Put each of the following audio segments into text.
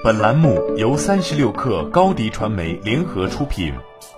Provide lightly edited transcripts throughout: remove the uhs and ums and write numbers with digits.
本栏目由36氪高迪传媒联合出品。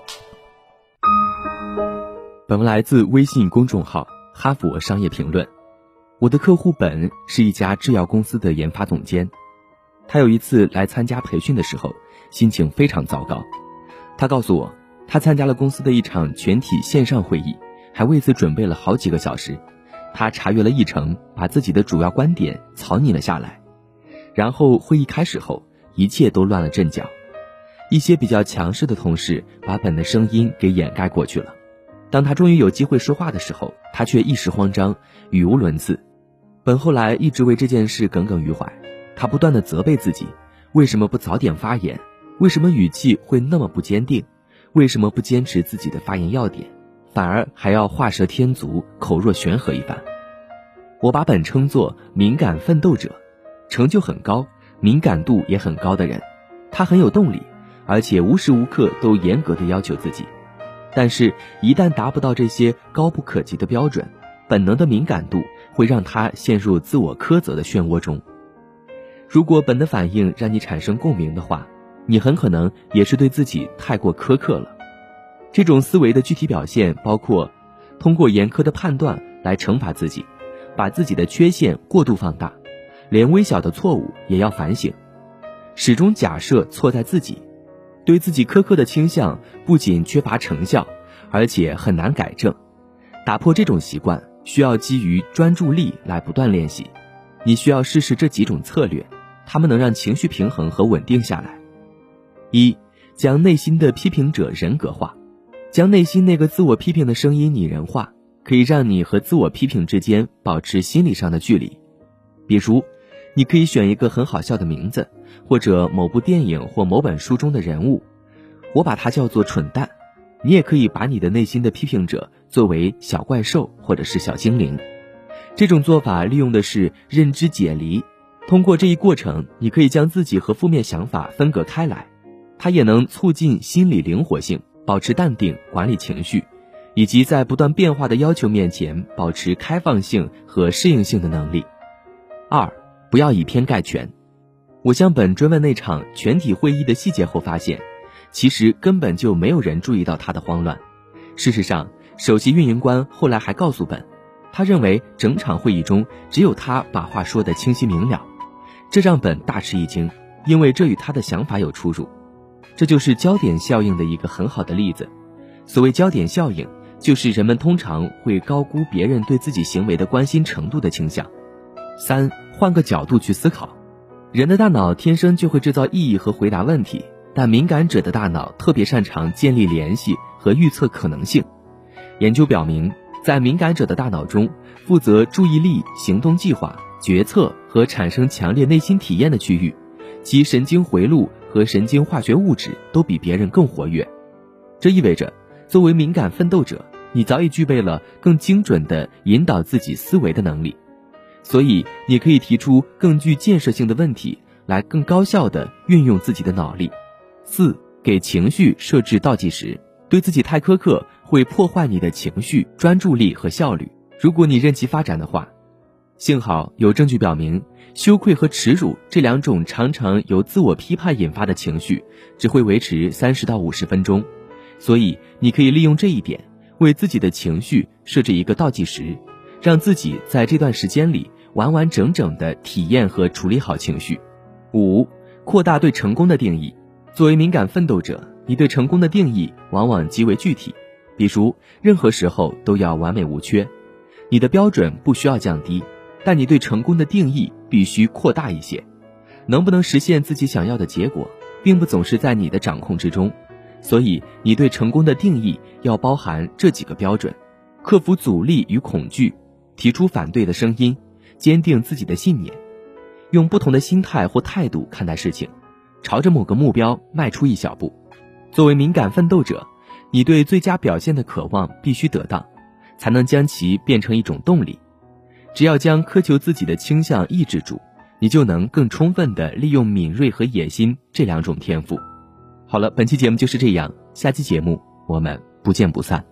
本文来自微信公众号哈佛商业评论。我的客户本是一家制药公司的研发总监，他有一次来参加培训的时候，心情非常糟糕。他告诉我，他参加了公司的一场全体线上会议，还为此准备了好几个小时。他查阅了议程，把自己的主要观点草拟了下来。然后会议开始后，一切都乱了阵脚。一些比较强势的同事把本的声音给掩盖过去了。当他终于有机会说话的时候，他却一时慌张，语无伦次。本后来一直为这件事耿耿于怀，他不断地责备自己，为什么不早点发言？为什么语气会那么不坚定？为什么不坚持自己的发言要点，反而还要画蛇添足，口若悬河一番？我把本称作敏感奋斗者，成就很高，敏感度也很高的人。他很有动力，而且无时无刻都严格地要求自己。但是一旦达不到这些高不可及的标准，本能的敏感度会让他陷入自我苛责的漩涡中。如果本的反应让你产生共鸣的话，你很可能也是对自己太过苛刻了。这种思维的具体表现包括通过严苛的判断来惩罚自己，把自己的缺陷过度放大，连微小的错误也要反省，始终假设错在自己。对自己苛刻的倾向不仅缺乏成效，而且很难改正。打破这种习惯需要基于专注力来不断练习。你需要试试这几种策略，它们能让情绪平衡和稳定下来。一、将内心的批评者人格化。将内心那个自我批评的声音拟人化，可以让你和自我批评之间保持心理上的距离。比如，你可以选一个很好笑的名字，或者某部电影或某本书中的人物，我把它叫做蠢蛋。你也可以把你的内心的批评者作为小怪兽或者是小精灵。这种做法利用的是认知解离，通过这一过程，你可以将自己和负面想法分隔开来。它也能促进心理灵活性，保持淡定，管理情绪，以及在不断变化的要求面前保持开放性和适应性的能力。二、不要以偏概全。我向本追问那场全体会议的细节后发现，其实根本就没有人注意到他的慌乱。事实上，首席运营官后来还告诉本，他认为整场会议中只有他把话说得清晰明了。这让本大吃一惊，因为这与他的想法有出入。这就是焦点效应的一个很好的例子。所谓焦点效应，就是人们通常会高估别人对自己行为的关心程度的倾向。三、换个角度去思考。人的大脑天生就会制造意义和回答问题，但敏感者的大脑特别擅长建立联系和预测可能性。研究表明，在敏感者的大脑中，负责注意力、行动计划、决策和产生强烈内心体验的区域，其神经回路和神经化学物质都比别人更活跃。这意味着，作为敏感奋斗者，你早已具备了更精准地引导自己思维的能力。所以你可以提出更具建设性的问题，来更高效地运用自己的脑力。四、给情绪设置倒计时。对自己太苛刻会破坏你的情绪、专注力和效率，如果你任其发展的话。幸好有证据表明，羞愧和耻辱这两种常常由自我批判引发的情绪只会维持30到50分钟，所以你可以利用这一点，为自己的情绪设置一个倒计时，让自己在这段时间里完完整整地体验和处理好情绪。五、扩大对成功的定义。作为敏感奋斗者，你对成功的定义往往极为具体，比如任何时候都要完美无缺。你的标准不需要降低，但你对成功的定义必须扩大一些。能不能实现自己想要的结果，并不总是在你的掌控之中，所以你对成功的定义要包含这几个标准：克服阻力与恐惧，提出反对的声音，坚定自己的信念，用不同的心态或态度看待事情，朝着某个目标迈出一小步。作为敏感奋斗者，你对最佳表现的渴望必须得当，才能将其变成一种动力。只要将苛求自己的倾向抑制住，你就能更充分地利用敏锐和野心这两种天赋。好了，本期节目就是这样，下期节目我们不见不散。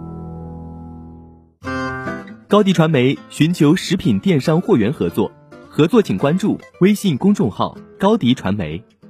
高迪传媒寻求食品电商货源合作， 合作请关注微信公众号高迪传媒。